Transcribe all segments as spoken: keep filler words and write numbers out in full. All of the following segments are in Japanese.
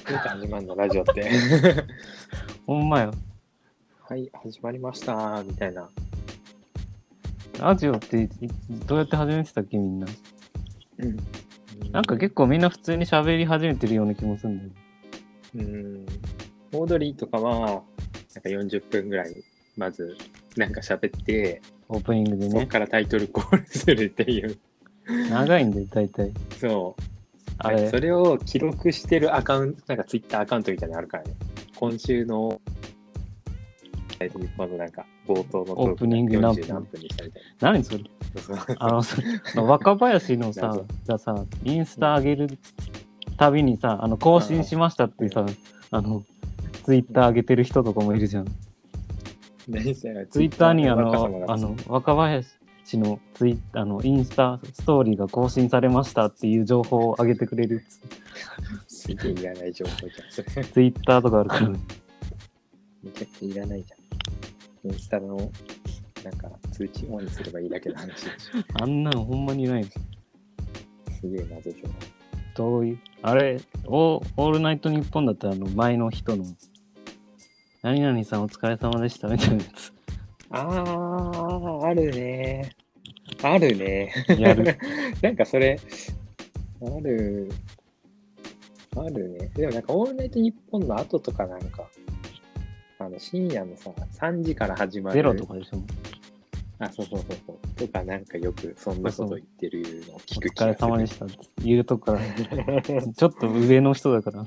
なんか始まるのラジオってほんまよ。 はい始まりましたみたいな。 ラジオっていどうやって始めてたっけみんな。 うんなんか結構みんな普通に喋り始めてるような気もするんだよ。 うんオードリーとかはなんかよんじゅっぷんぐらいまずなんか喋ってオープニングでそこね。 からタイトルコールするっていう長いんだよ、大体。 そうあれなんかそ。れを記録してるアカウントなんかツイッターアカウントみたいなのあるからね。今週の日本のなんか冒頭のオープニング何分よんじゅう何分にしたみたい何それな。そうそうあの、その若林のさ、がさ、インスタ上げるたびにさ、あの、更新しましたってさ、あの、ツイッター上げてる人とかもいるじゃん。 何それツイッターにあ若様が、 のあの、若林のツイッター、あの、インスタストーリーが更新されましたっていう情報を上げてくれるすげえいらない情報じゃん。それツイッターとかあるからね。 めちゃくちゃいらないじゃん。インスタのなんか通知オンにすればいいだけの話でしあんなのほんまにないの。 ょ。すげえ謎情報。 どういう、あれ、オーオールナイトニッポンだったらあの前の人の、何々さんお疲れ様でしたみたいなやつ。 あー、あるね。あるね。 やる。 なんかそれ、ある、あるね。でもなんかオールナイトニッポンの後とかなんか、あの深夜のさ、さんじから始まる。 ゼロとかでしょ。 あ、そうそうそうそう。とかなんかよくそんなこと言ってるのをお聞く気疲れがする。 様でしたって言うとこから、ちょっと上の人だから。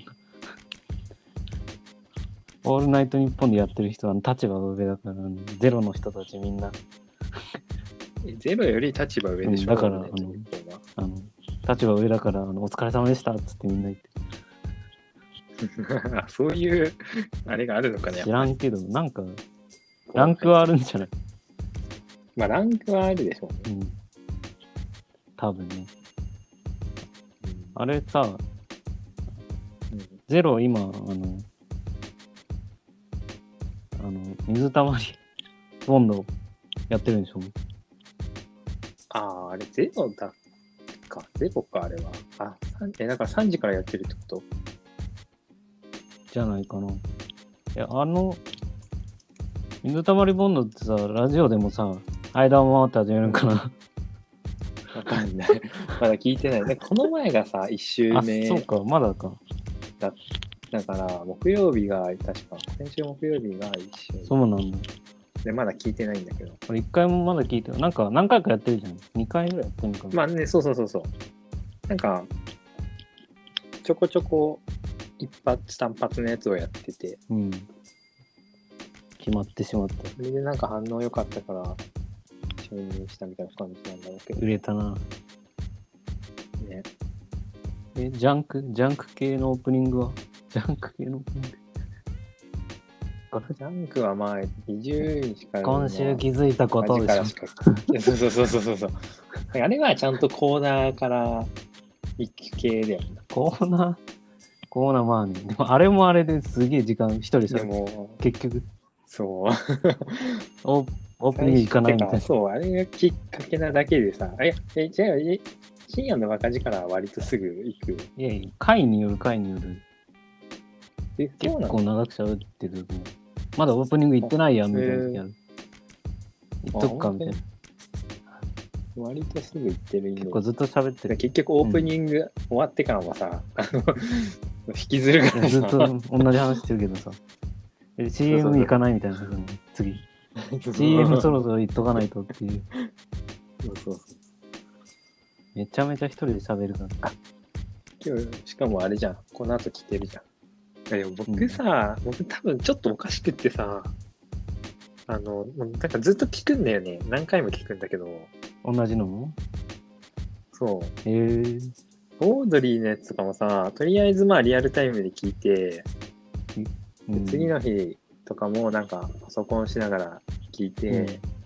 オールナイトニッポンでやってる人は立場が上だから、ゼロの人たちみんな、 ゼロより立場上でしょ。 うんだからオールナイトニッポンはあの、立場上だから、あのお疲れ様でしたっつってみんな言って。 そういう、あれがあるのかね。 知らんけど、なんか、ランクはあるんじゃないまあ、ランクはあるでしょうね。 うん。多分ね。 うんあれさ、 うんゼロ今、あの、あの、水たまり、ボンドやってるんでしょああ、あれゼロだか。ゼロか、あれは。あ、さんえ、だからさんじからやってるってことじゃないかな。いや、あの、水たまりボンドってさ、ラジオでもさ、間を回って始めるんかな。 わかんない。まだ聞いてない。でこの前がさ、いち週あ、 目そうか、まだか。 だだから、木曜日が、確か、先週木曜日がいち週そうなんだ。 で、まだ聞いてないんだけど。 これ一回もまだ聞いてない。なんか何回かやってるじゃん。にかいぐらいやってんのかな。 まあね、そうそうそうそう。なんか、ちょこちょこ、一発単発のやつをやってて、 うん。決まってしまった。 それでなんか反応良かったから、承認したみたいな感じなんだろうけど売れたな。 ね。 え、ジャンクジャンク系のオープニングはジャンク系のオープニングジャンクはまあ、にじゅうにちから今週気づいたことでしょ。 しかそうそうそうそうそうそう。あれはちゃんとコーナーから行く系だよな。 コーナーコーナーまあね。でもあれもあれですげえ時間一人しゃでも、 結局そう。 オーオープニング行かないみたいな。 そう、あれがきっかけなだけでさ、え、え、じゃあ、え深夜のバカ力は割とすぐ行く。 いやいや、回による回による。 え、 結そうなの構長く喋ってる時も。まだオープニング行ってないやんみたいな時ある。行っとくかみたいな。 割とすぐ行ってるイメージ。 結構ずっと喋ってる。 結局オープニング終わってからもさ、あの、引きずるからさ。 ずっと同じ話してるけどさ。え シーエム 行かないみたいな話なの次。シーエム そろそろ行っとかないとっていう。 そうそうそう。 めちゃめちゃ一人で喋るから。 今日、しかもあれじゃん。この後来てるじゃん。いや僕さ、うん、僕多分ちょっとおかしくってさ、あの、なんかずっと聞くんだよね。何回も聞くんだけど。 同じのもそう。 へえー。 オードリーのやつとかもさ、とりあえずまあリアルタイムで聞いて、うん、次の日とかもなんかパソコンしながら聞いて、うん、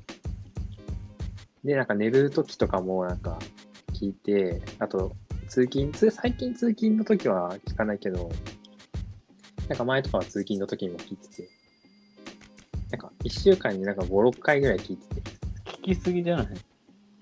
で、なんか寝る時とかもなんか聞いて、あと通勤、最近通勤の時は聞かないけど、なんか前とかは通勤の時にも聞いてて、なんかいっしゅうかんになんかご、ろっかいぐらい聞いてて。 聞きすぎじゃない？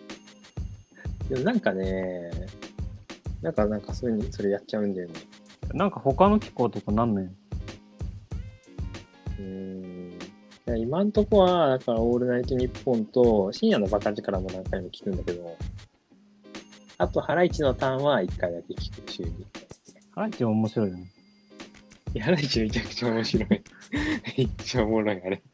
でもなんかね、なんかなんかそういうにそれやっちゃうんだよね。 なんか他の機構とかなんねん。 うーん。いや今んとこは、だから、オールナイトニッポンと、深夜のバカ力も何回も聞くんだけど、あと、ハライチのターンはいっかいだけ聞く、週に。 ハライチも面白いよね。 いや、ハライチめちゃくちゃ面白い。めっちゃおもろい、あれ。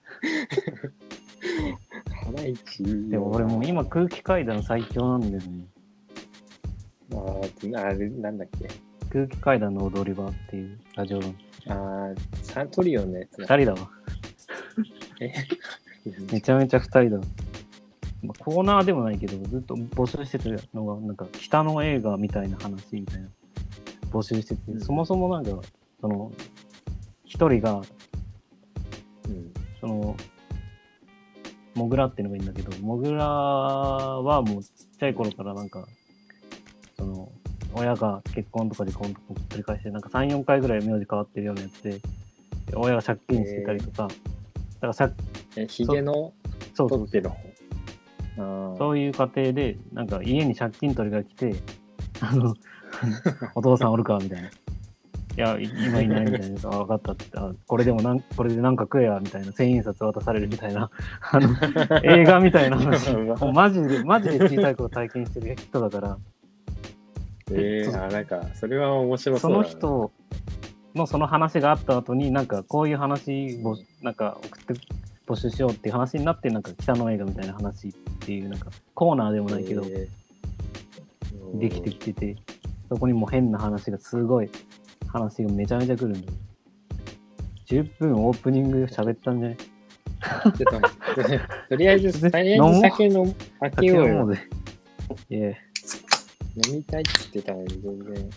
ハライチ。 でも俺もう今空気階段最強なんだよね。 あーあれ、なんだっけ。 空気階段の踊り場っていうラジオの。 ああ、サントリオンのやつだ。 二人だわ。 えめちゃめちゃ二人だわ。まあ、コーナーでもないけど、ずっと募集してたのが、なんか北の映画みたいな話みたいな募集してて、 うんそもそもなんか、その、一人が、 うん。 その、モグラっていうのがいいんだけど、モグラはもうちっちゃい頃からなんか、その、親が結婚とか離婚とか繰り返して、なんかさん、よんかいぐらい名字変わってるようなやつで、親が借金してたりとか、だからさえ、ヒゲのそうそう取ってる方。あーそういう家庭で、なんか家に借金取りが来て、あの、お父さんおるかみたいな。いや、今いないみたいな。あ、分かったって言って、あこれでもなん、これでなんか食えや、みたいな。千円札渡されるみたいな。あの、映画みたいな話。もうマジで、マジで小さい頃体験してる人だから、 えー、あ、なんか、それは面白そそうだな。 の人のその話があった後に、なんかこういう話を、なんか送って、募集しようっていう話になって、なんか北の映画みたいな話っていう、なんかコーナーでもないけど、 えーできてきてて、そこにもう変な話がすごい、話がめちゃめちゃ来るんで。じゅっぷんオープニング喋ったんじゃないちょっと待ってとりあえず、とりあえず酒飲む、開けようよ。 で。いえ。 飲みたいって言ってたのに全然。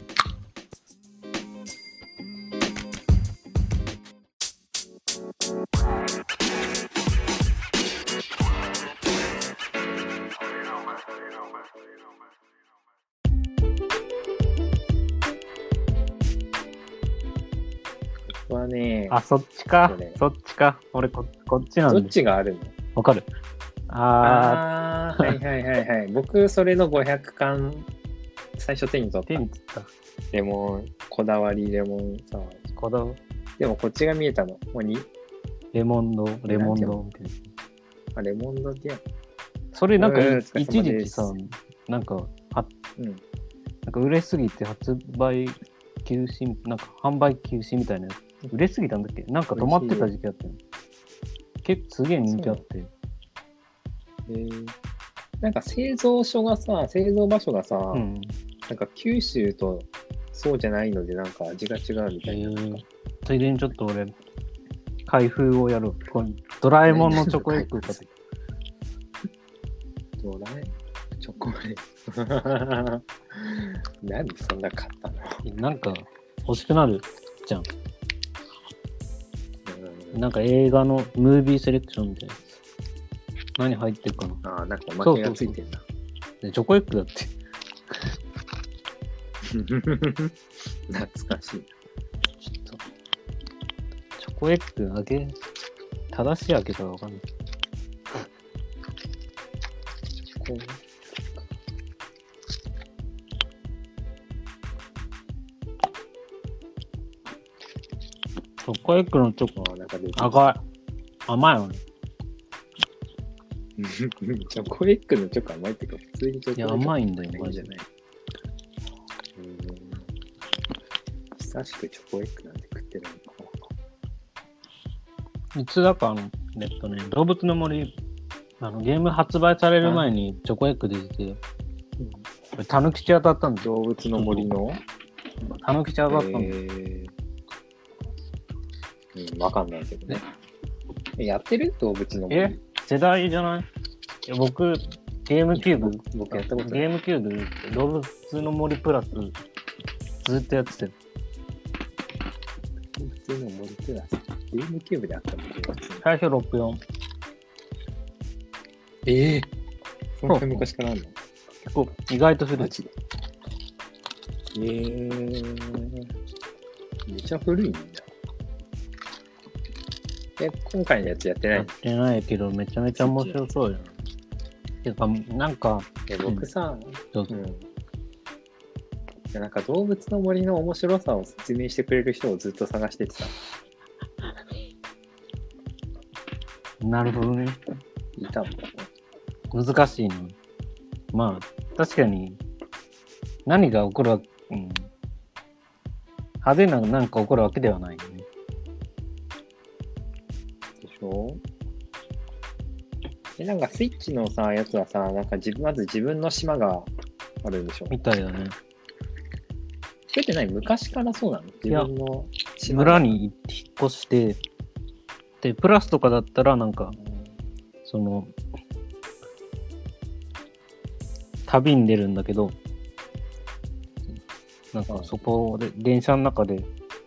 ここはね、 あ、そっちかこれ。 そっちか。俺こ、こっちなんどで。 っちがあるの？ わかる。ああー、はいはいはいはい。僕、それのごひゃくかん、最初手に取ー、手っにつった。 た。レモン、こだわりレモンサワー。 こだわでもこっちが見えたの。もうに、 レモンド、レモンドみたいな。 あ、レモンドってやん。 それなんか、 うんお疲れ様一時です期さ、なんか、はうん。 なんか売れすぎて発売休止、なんか販売休止みたいなやつ。売れすぎたんだっけなんか止まってた時期あったよ。結構すげえ人気あって。 えー、なんか製造所がさ、製造場所がさ、 うん。 なんか九州とそうじゃないので、なんか味が違うみたいな。 えー、ついでにちょっと俺、開封をやろう。このドラえもんのチョコエッグ買って。 ドラえチョコレート。なんでそんな買ったの？ なんか欲しくなるじゃん。 うんなんか映画のムービーセレクションみたいなやつ。何入ってるかな。 ああ、なんかおまけがついてんだ。 でチョコエッグだって。 懐かしい。 ちょっと。チョコエッグあげ、正しい開け方がわかんない。 こうチョコエッグのチョコああ、なんか出て赤い。甘いよね。 チョコエッグのチョコ甘いってか、普通にチョコエッグいや、甘いんだよ、 いいマジでんじゃない。うん久しくチョコエッグなんて食ってないのかいつだかあの、えっとね、動物の森、あのゲーム発売される前にチョコエッグ出てて、これタヌキチ当たったんですよ。 動物の森のタヌキチ当たったんだよ。 えー、うん、わかんないけどね。えやってる動物の森。 え世代じゃない？いや僕、ゲームキューブ、 僕やったことない。 ゲームキューブ、動物の森プラス、ずっとやってたよ。 普通の森プラス。ゲームキューブであったの最初ろくよん。 ええー、そんな昔からあるの？ 結構、意外と古い。 マジでえー、めちゃ古いんだ。え、今回のやつやってないやってないけど、めちゃめちゃ面白そうよ。てか、なんか、 え、僕さ、 どうぞうん。 やなんか動物の森の面白さを説明してくれる人をずっと探しててさ、 なるほどね。 いたもんね。 難しいな。まあ、確かに、何が起こるわけ、うん。派手ななんか起こるわけではないよね。 でしょ？で、なんかスイッチのさ、やつはさ、なんか自分、まず自分の島があるんでしょ？ みたいだね。 それって何？昔からそうなの？自分の島村に引っ越して、で、プラスとかだったらなんか、その、旅に出るんだけど、なんかそこで、電車の中で、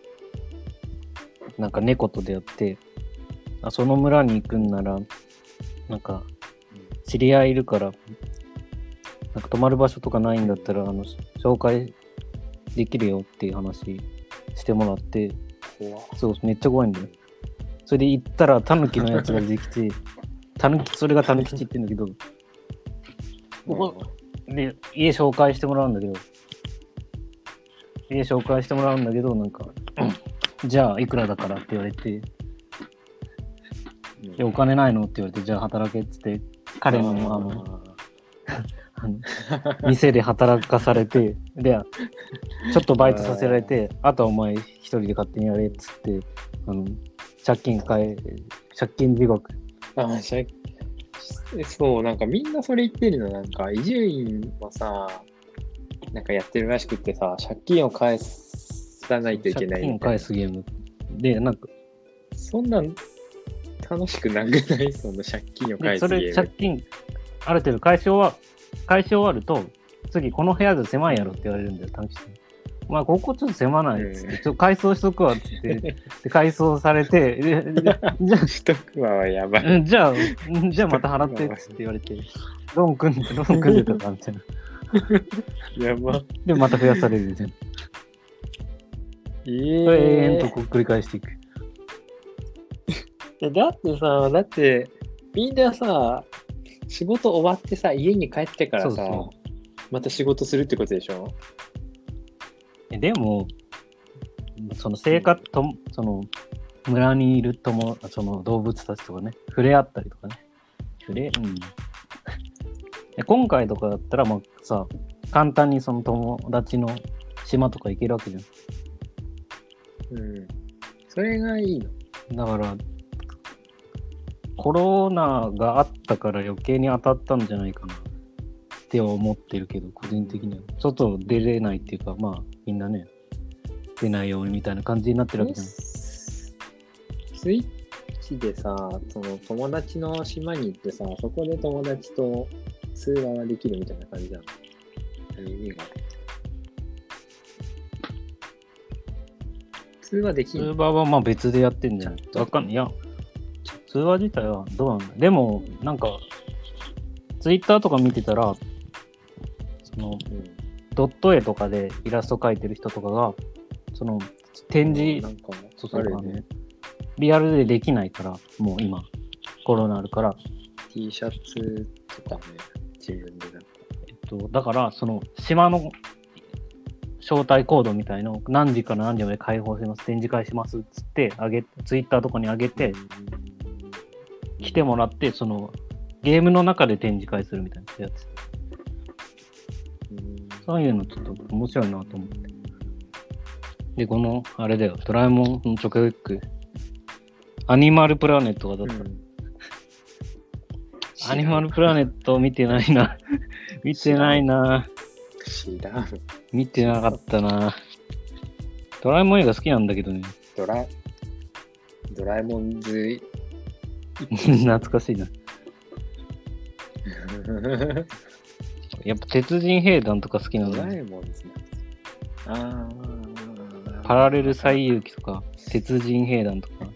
なんか猫と出会って、あ、その村に行くんなら、なんか、知り合いいるから、なんか泊まる場所とかないんだったら、あの、紹介できるよっていう話してもらって、 怖っ。 そう、めっちゃ怖いんだよ。それで行ったら、タヌキのやつができて、タヌキ、それがタヌキチって言うんだけど、ここで家紹介してもらうんだけど、家紹介してもらうんだけど、なんか、じゃあいくらだからって言われて、でお金ないのって言われて、じゃあ働けっつって、彼のあの、あの店で働かされて、で、ちょっとバイトさせられて、あとはお前一人で勝手にやれっつって、あの、借金返、借金地獄。 ああ、借そう、なんかみんなそれ言ってるの、なんか伊集院もさ、なんかやってるらしくってさ、借金を返さないといけないみたいな。 借金を返すゲーム。で、なんか、 そんなん楽しくなくない？その借金を返すゲーム。 それ借金、ある程度返し終わ、返し終わると、次この部屋で狭いやろって言われるんだよ、短期的に。まあ、ここちょっと狭ないっつって、ちょっと改装しとくわっつって、で改装されて、ででじゃあ、 しとくわはやばい。 うんじゃあ、うんじゃあまた払ってっつって言われて、ローン組んで、ローン組んでたかみたいな。 やば。 で、また増やされるみたいな。 えそれ永遠えとこう繰り返していく。 ー。だってさ、だってみんなさ、仕事終わってさ、家に帰ってからさ、 そうそまた仕事するってことでしょ？ えでも、その生活と、その村にいる友、その動物たちとかね、触れ合ったりとかね。触れ、うん。で今回とかだったら、まあさ、簡単にその友達の島とか行けるわけじゃうん。それがいいの。 ん。だから、コロナがあったから余計に当たったんじゃないかなって思ってるけど、個人的には。外出れないっていうか、まあ、みんなね、出ないようにみたいな感じになってるわけじゃん。 スイッチでさ、その友達の島に行ってさ、そこで友達と通話ができるみたいな感じなの？意味が。通話でき通んの？ 話はまあ別でやってんじゃない？わかんない。いや、通話自体はどうなんだ。でも、なんか、ツイッターとか見てたら、その、 うん、 ドット絵とかでイラスト描いてる人とかが、その、展示、 なんかそうそうあるね。 リアルでできないから、もう今、コロナあるから、 T シャツとかね、自分でなんか。 えっと、だから、その、島の招待コードみたいのを何時から何時まで開放します、展示会しますっつって、あげ、ツイッターとかに上げて、来てもらって、その、ゲームの中で展示会するみたいなやつ。 うんそういうのちょっと面白いなと思って。で、この、あれだよ、ドラえもんの直訳、アニマルプラネットがだった。 うんアニマルプラネット見てないな。見てないな。 知らん。 見てなかったな。ドラえもん映画好きなんだけどね。 ドラ、ドラえもんズ。 懐かしいな。やっぱ鉄人兵団とか好きなドのね。 ラえもんズ。ああ。 パラレル最遊記とか、鉄人兵団とか。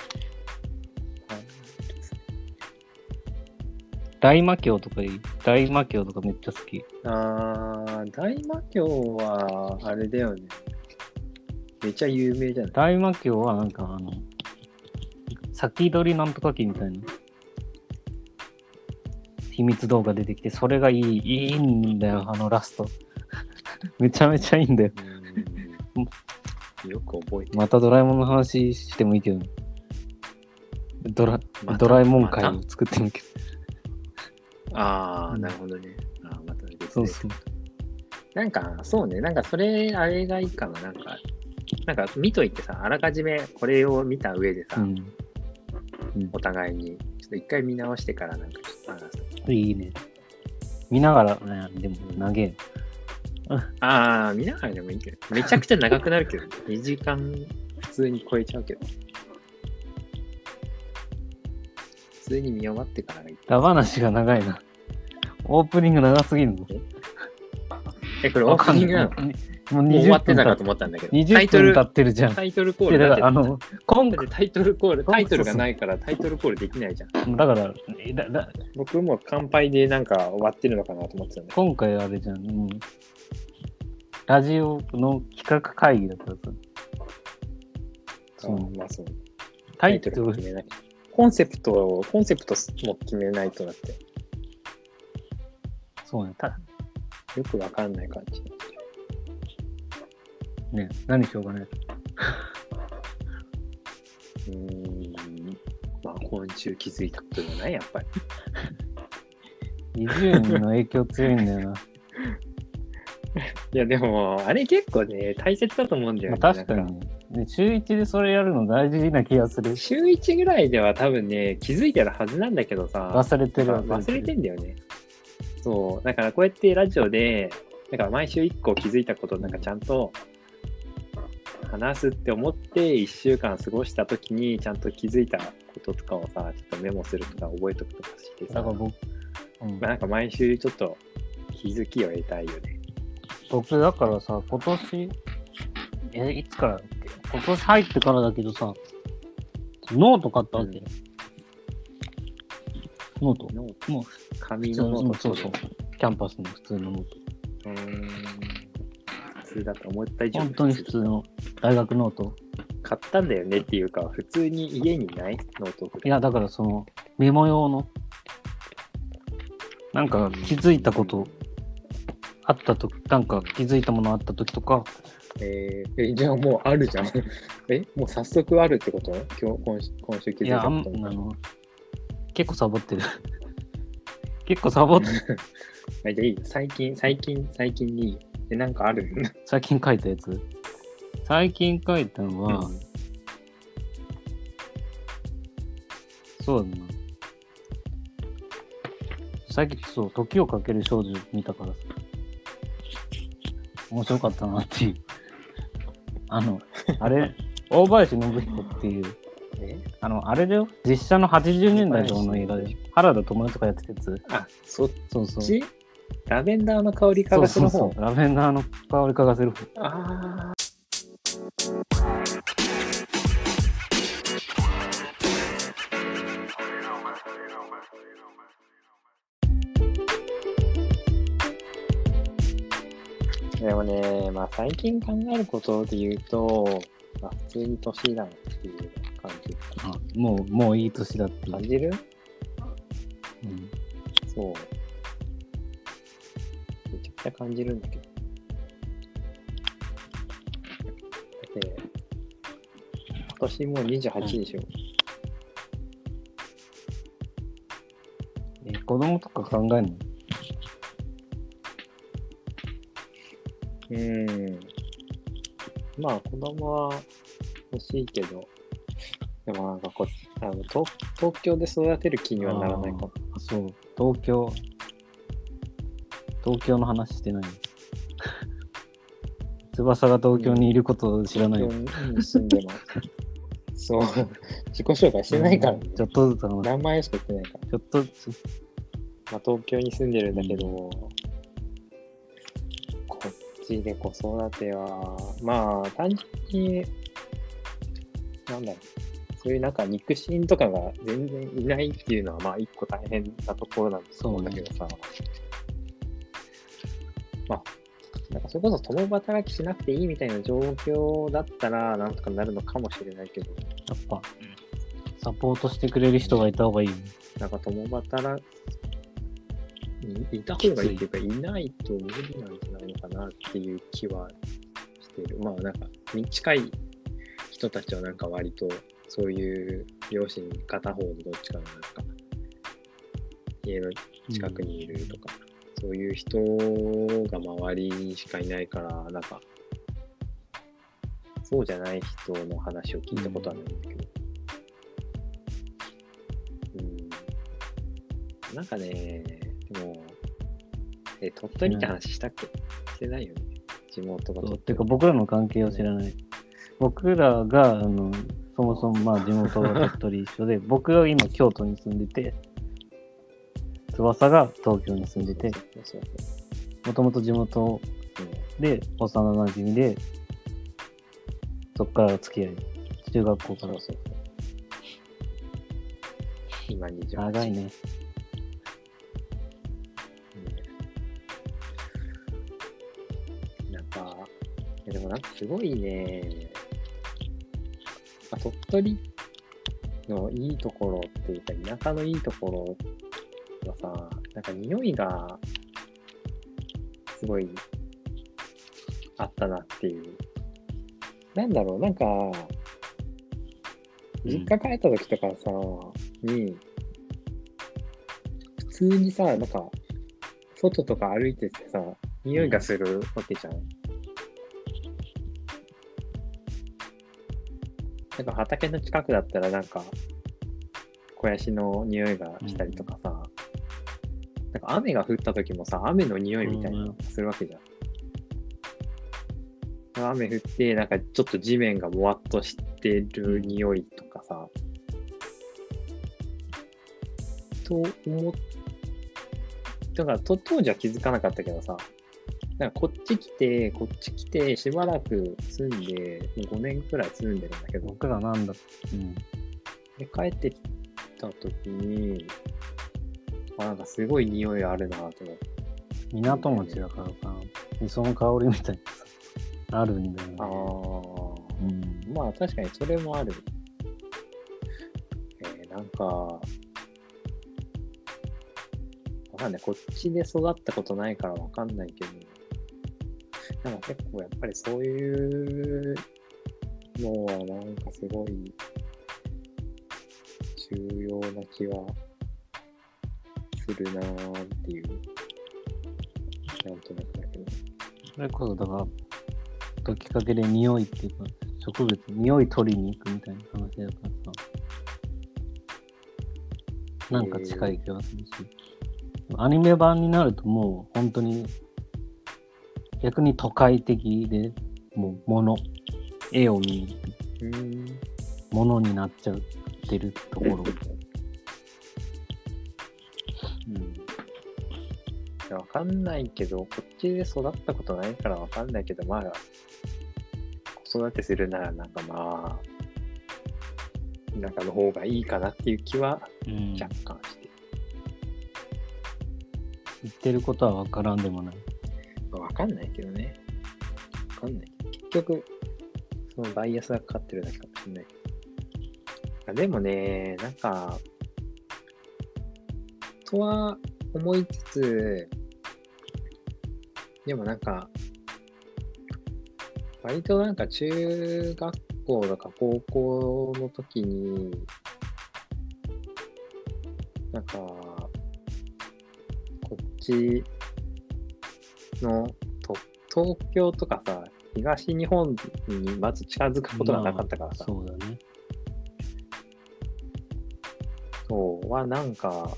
大魔教とかいい。大魔教とかめっちゃ好き。 ああ、大魔教は、あれだよね。めっちゃ有名じゃない？ 大魔教はなんかあの、先取りなんとか機みたいな。秘密動画出てきて、それがいい、いいんだよ、あのラスト。 めちゃめちゃいいんだよ。 うんよく覚えてる。 またドラえもんの話してもいいけど、ドラ、 またドラえもん会まを作ってみるけど。 ああ、 うんなるほどね。あーまた別でそうそう。 なんか、そうね。なんか、それ、あれがいいかも。なんか、なんか、見といてさ、あらかじめこれを見た上でさ、 うん。うんお互いに、ちょっと一回見直してから、なんか、ちょっと話す。 いいね。見ながら、ね、でも長え。 ああ、見ながらでもいいけど、めちゃくちゃ長くなるけど、にじかん普通に超えちゃうけど。普通に見終わってからがいい。 ダ話が長いな。オープニング長すぎるの。 え、これオープニングなのもうもう 20 終わってたかと分思ったんだけど。 20 タイトル分経ってるじゃん。 タイトルコールいやだだってからあの、今だってタイトルコール、タイトルがないからタイトルコールできないじゃん。 だから、えだだ僕も乾杯でなんか終わってるのかなと思ってたんだけ今回あれじゃん、うん。ラジオの企画会議だからさ。 ど。 そうあまあそう。 タイトルも決めない。コンセプトを、コンセプトも決めないとだって、 そうね。たよくわかんない感じ。 ね、何しようかね。 うーん。まあ今週気づいたことじゃないやっぱり。 伊集院の影響強いんだよな。 いやでも、あれ結構ね、大切だと思うんだよまあ、 ね。 確かなんにね。ね週一でそれやるの大事な気がする。 週いちぐらいでは多分ね、気づいてるはずなんだけどさ、 忘れてる忘れてんだよね。そう。だからこうやってラジオで、だから毎週いっこ気づいたことをなんかちゃんと話すって思っていっしゅうかん過ごした時にちゃんと気づいたこととかをさ、ちょっとメモするとか覚えとくとかしてさ、 だから僕、うんまあ、なんか毎週ちょっと気づきを得たいよね。 僕だからさ、今年、え、いつからだっけ今年入ってからだけどさ、ノート買ったわけよ。ノートノートもう、 紙のノートそうそう。キャンパスの普通のノート。 うーん。普通だと思った以上本当に普通の大学ノート。 買ったんだよねっていうか、普通に家にないノート。 いや、だからその、メモ用の、なんか気づいたことあったとき、なんか気づいたものあったときとか、 えー、え、じゃあもうあるじゃん。え、もう早速あるってこと今日、今週、今週気づいいや、あんたことあの、結構サボってる。結構サボってる。 あ、じゃあいいよ。最近、最近、最近に、え、なんかある最近書いたやつ。最近書いたのは、 うんそうだな。最近、そう、時をかける少女見たからさ。面白かったなっていう。あの、あれ、大林信彦っていう、 えあの、あれだよ。実写のはちじゅうねんだいとかの映画で、原田知世とかやってたやつ。 あ、そっそうそう。 ちラベンダーの香りそう嗅がせの方。 そうそう。ラベンダーの香り嗅がせる方。 あーでもね、まあ最近考えることで言うと、まあ普通に年だなっていう感じ。 あもう、もういい年だっていう。 感じるうんそう。めちゃくちゃ感じるんだけど。だって、今年もうにじゅうはちでしょ。 え、子供とか考えんの？ うーん。まあ子供は欲しいけど、でもなんかこあの東、東京で育てる気にはならないかも。 あそう、東京、東京の話してない。翼が東京にいることを知らない。 東京に住んでます。そう。自己紹介してないから、ねうんちょっとずつ話す名前しか言ってないから。 ちょっとずつ。 まあ、東京に住んでるんだけど、こっちで子育ては、まあ、単純に、なんだろう、そういうなんか肉親とかが全然いないっていうのは、まあ、一個大変なところなんだと思うんだけどさ、まあ、なんかそれこそ共働きしなくていいみたいな状況だったら、なんとかなるのかもしれないけど、 やっぱ、サポートしてくれる人がいた方がいいよね。 なんか共働いいた方がいいっていうか、いないと無理なんじゃないのかなっていう気はしてる。まあなんか、近い人たちはなんか割と、そういう両親片方のどっちかのなんか、家の近くにいるとか、うん、そういう人が周りにしかいないから、なんか、そうじゃない人の話を聞いたことはないんだけど、うん、なんかね、でも、え、鳥取って話したっけ？してないよね。地元が鳥取。 てか僕らの関係を知らない。僕らが、あの、そもそもまあ地元が鳥取一緒で、僕が今京都に住んでて、翼が東京に住んでて、もともと地元で幼馴染で、そっから付き合い、中学校から。そうそうそう今にじゅうはち。 長いね。 なんか、でもなんかすごいね、あ、鳥取のいいところっていうか、田舎のいいところがさ、なんか匂いがすごいあったなっていう。なんだろう、なんか、実家帰った時とかさ、うん、に、普通にさ、なんか、外とか歩いててさ、匂いがするわけじゃん。うん、なんか畑の近くだったらなんか、肥やしの匂いがしたりとかさ、うん、なんか雨が降った時もさ、雨の匂いみたいなのするわけじゃん。うん、雨降って、なんかちょっと地面がもわっとしてる匂いとかさ、と思っだからと当時は気づかなかったけどさ、なんかこっち来て、こっち来てしばらく住んで、もうごねんくらい住んでるんだけど、 僕らなんだ、 うん、で帰ってきた時に、あ、なんかすごい匂いあるなと思って。 港町だからさ、磯の香りみたいなさ、あるんだよね。ああ、 うん、まあ確かにそれもある。えー、なんか、わかんない。こっちで育ったことないからわかんないけど、なんか結構やっぱりそういうのはなんかすごい重要な気はするなーっていう、なんとなくだけど。 それこそだから、ときっかけで匂いっていうか、植物、匂い取りに行くみたいな話だからさ、なんか近い気がするし、えー、アニメ版になるともう本当に逆に都会的で、もう物、絵を見に行く、物になっちゃってるところ。 うん。いや、わかんないけど、こっちで育ったことないからわかんないけど、まあ、子育てするならなんかまあ、なんかの方がいいかなっていう気は若干して、 うん、言ってることはわからんでもない。 わかんないけどね。わかんない。結局、そのバイアスがかかってるだけかもしれない。でもね、なんか、とは思いつつ、でもなんか、割となんか中学校とか高校の時に、なんか、こっちのと東京とかさ、東日本にまず近づくことがなかったからさ、 まあ、そうだね。 そうはなんか、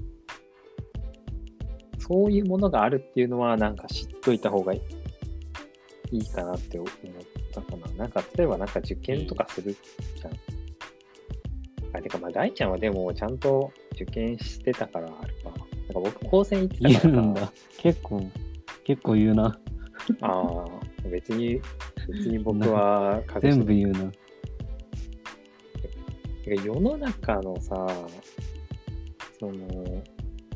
そういうものがあるっていうのはなんか知っといた方がいいかなって思ったかな。なんか例えばなんか受験とかするじゃん。あ、てかまあ大ちゃんはでもちゃんと受験してたからあるか。なんか僕高専行ってたからさ。 言うんだ。結構、結構言うな。 ああ、別に、別に僕は全部言うな。 世の中のさ、その、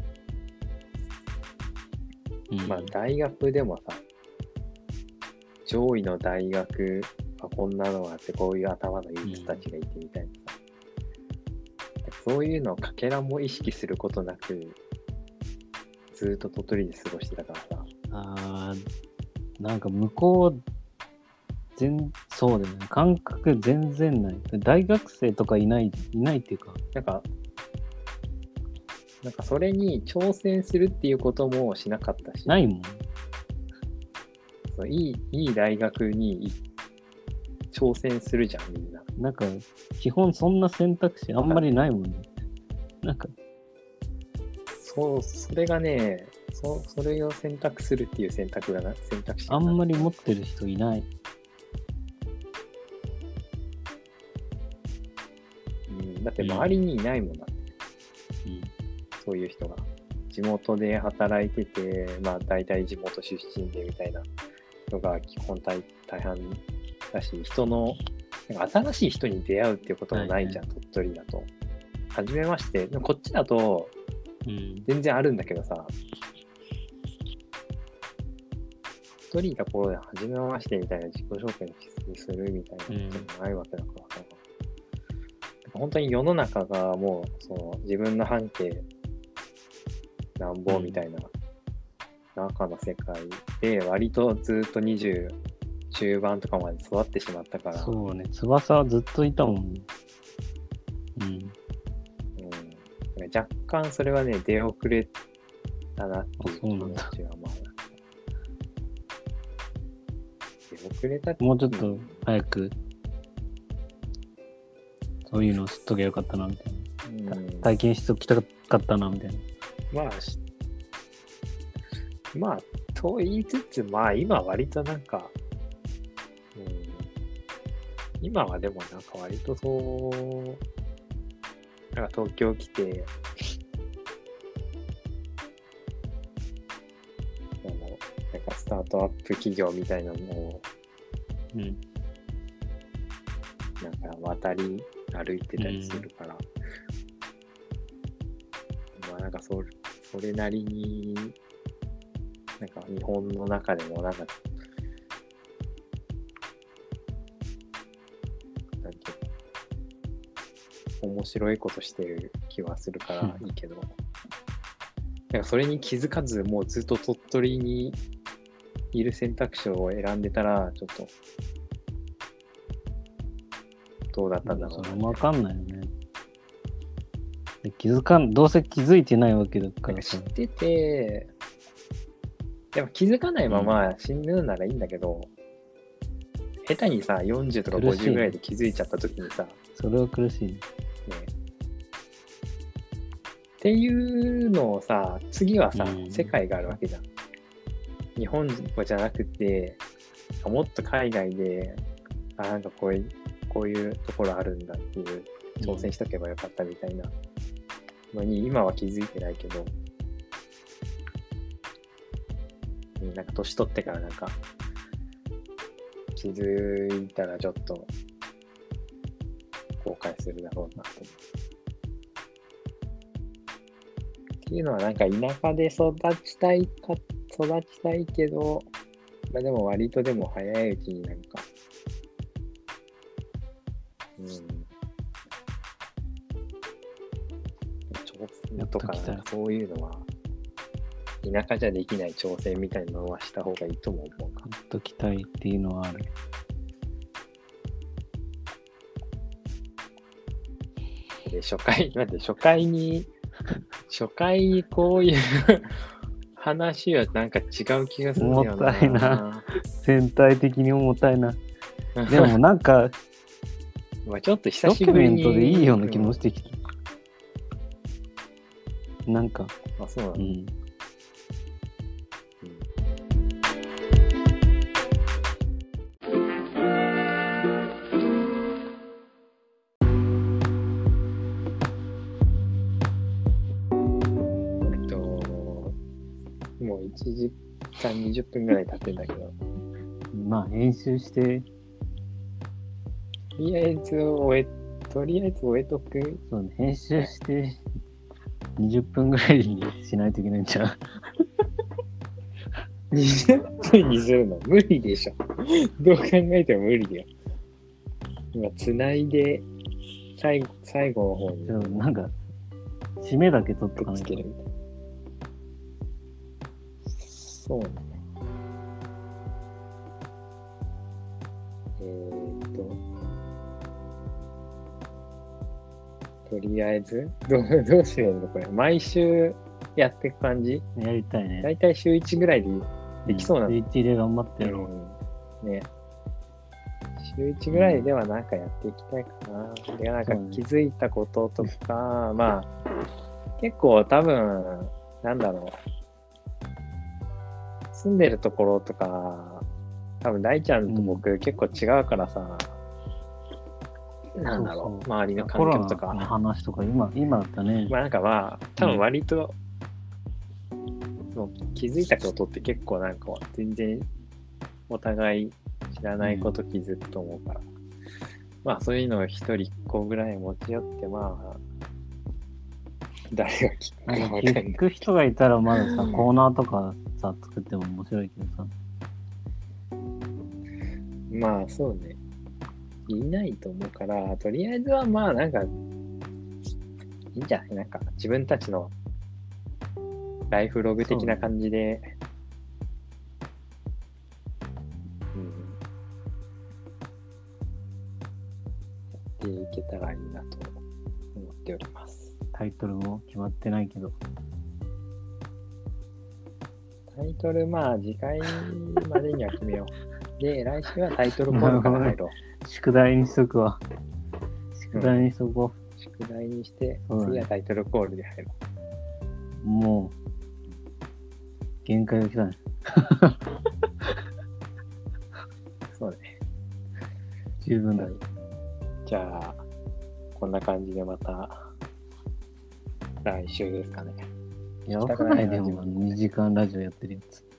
うん、まあ大学でもさ、上位の大学はこんなのがあって、こういう頭のいい人たちがいてみたいなさ、うん、そういうのをかけらも意識することなくずっと鳥取で過ごしてたからさ。 あー、なんか向こう、全、そうだよね。感覚全然ない。大学生とかいない、いないっていうか。 なんか、なんかそれに挑戦するっていうこともしなかったし。 ないもん。 そういい、いい大学に挑戦するじゃん、みんな。 なんか、基本そんな選択肢あんまりないもんね。なんか、 そう、それがね、そそれを選択するっていう選択がな、選択肢がなあんまり持ってる人いない。 うん、だって周りにいないもんだって、 うん、 そういう人が。地元で働いてて、まあ大体地元出身でみたいな人が基本大大半だし、人の、なんか新しい人に出会うっていうこともないじゃん、はいはい、鳥取だと。はじめまして。でもこっちだと、全然あるんだけどさ、一人いた頃で初めましてみたいな自己紹介にするみたいなこともないわけだからさ、うん、本当に世の中がもうその自分の半径なんぼみたいな中の世界で割とずっとにじゅう中盤とかまで育ってしまったから。 そうね、翼はずっといたもんね。うん。 若干それはね、出遅れたなっていう気持ちはまあ、出遅れたって。 もうちょっと早く、そういうのを知っときゃよかったな、みたいな。うん、体験しときたかったな、みたいな。 まあ、まあ、と言いつつ、まあ今割となんか、うん、今はでもなんか割とそう、なんか東京来て、なんだろう、なんかスタートアップ企業みたいなのを、 うん、 なんか渡り歩いてたりするから、うん、まあなんかそ、それなりに、なんか日本の中でもなんか、なんていうか、面白いことしてる気はするからいいけど、なんかそれに気づかずもうずっと鳥取にいる選択肢を選んでたらちょっとどうだったんだろうな。 それもわかんないよね。で気づかん、どうせ気づいてないわけだからさ。知ってて、でも気づかないまま死ぬならいいんだけど、うん、下手にさよんじゅうとかごじゅうぐらいで気づいちゃった時にさ、 それは苦しいね。ねっていうのをさ、次はさ、うん、世界があるわけじゃん。日本じゃなくて、もっと海外で、あ、なんかこういう、こういうところあるんだっていう、挑戦しとけばよかったみたいなのに、今は気づいてないけど、なんか年取ってからなんか、気づいたらちょっと、後悔するだろうなと思う。っていうのはなんか田舎で育ちたいか育ちたいけど、まあでも割とでも早いうちになんか、うん、挑戦とかそういうのは田舎じゃできない挑戦みたいなのはした方がいいとも思うか。 やっときたいっていうのはある。 で初回なんで初回に初回にこういう話はなんか違う気がするんだよな。 重たいな。全体的に重たいな。でもなんか、 まあちょっと久しぶりに。 ドキュメントでいいような気もしてきた。うん、なんか。 あ、そうなの、うん、もういちじかんにじゅっぷんぐらい経ってんだけど。 まあ編集して。 とりあえず終え、とりあえず終えとく。 そうね、編集してにじゅっぷんぐらいにしないといけないんちゃうにじゅっぷんにするの無理でしょ。どう考えても無理だよ。今、つないで、最後、最後の方に。 なんか、締めだけ取っとかないと。 そうね。えーっと、とりあえず、どう、どうしようのこれ。毎週やっていく感じ？ やりたいね。 だいたい週いちぐらいでできそうなの。 週一で頑張ってやろうん。ね。週いちぐらいではなんかやっていきたいかな。で、なんか気づいたこととか、まあ、結構多分、なんだろう。住んでるところとか、多分大ちゃんと僕結構違うからさ、なんだろう、 そうそう周りのコロナ環境とか。 の話とか、今、今だったね。 まあなんかまあ、多分割と、その気づいたことって結構なんか全然お互い知らないこと気づくと思うから、まあそういうのを一人一個ぐらい持ち寄って、まあ、誰が聞くかなんかわかんない聞く人がいたらまださ、コーナーとかさ、作っても面白いけどさ。 まあそうね。いないと思うから、とりあえずはまあなんか、いいんじゃない？なんか自分たちのライフログ的な感じで、うん、やっていけたらいいなと思っております。 タイトルも決まってないけど。 タイトルまあ次回までには決めよう。で、来週はタイトルコールから入ろう。 宿題にしとくわ。宿題にしとこ宿題にして、 そうだね次はタイトルコールで入ろう。もう、限界が来たね。 う。そうね。 十分だ。 はいじゃあ、こんな感じでまた、来週ですかね。 やばくないでもにじかんラジオやってるやつ。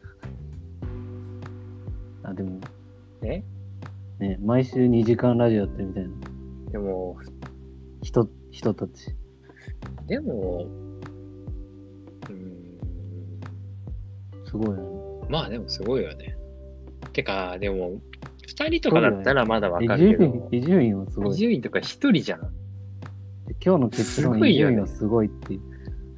あ、でも、 えね、毎週にじかんラジオやってるみたいな。 でも、 人、人たち。 でも、うーん、 すごいよね。 まあでもすごいよね。てか、でも、二人とかだったらまだわかるけど、 伊集院はすごい。 伊集院とか一人じゃん。 今日の結論、 すごいよね伊集院はすごいっていう。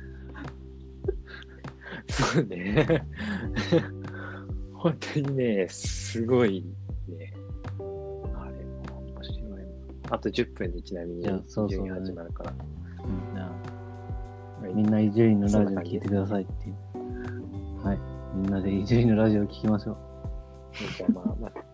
そうね。本当にね、すごいね。あれ、面白いな。あとじゅっぷんでちなみにじゃあそうそう伊集院始まるから。 うんじゃあはいみんな伊集院のラジオ聞いてくださいっていう。はい。みんなで伊集院のラジオ聞きましょう。 じゃあまあ、まあ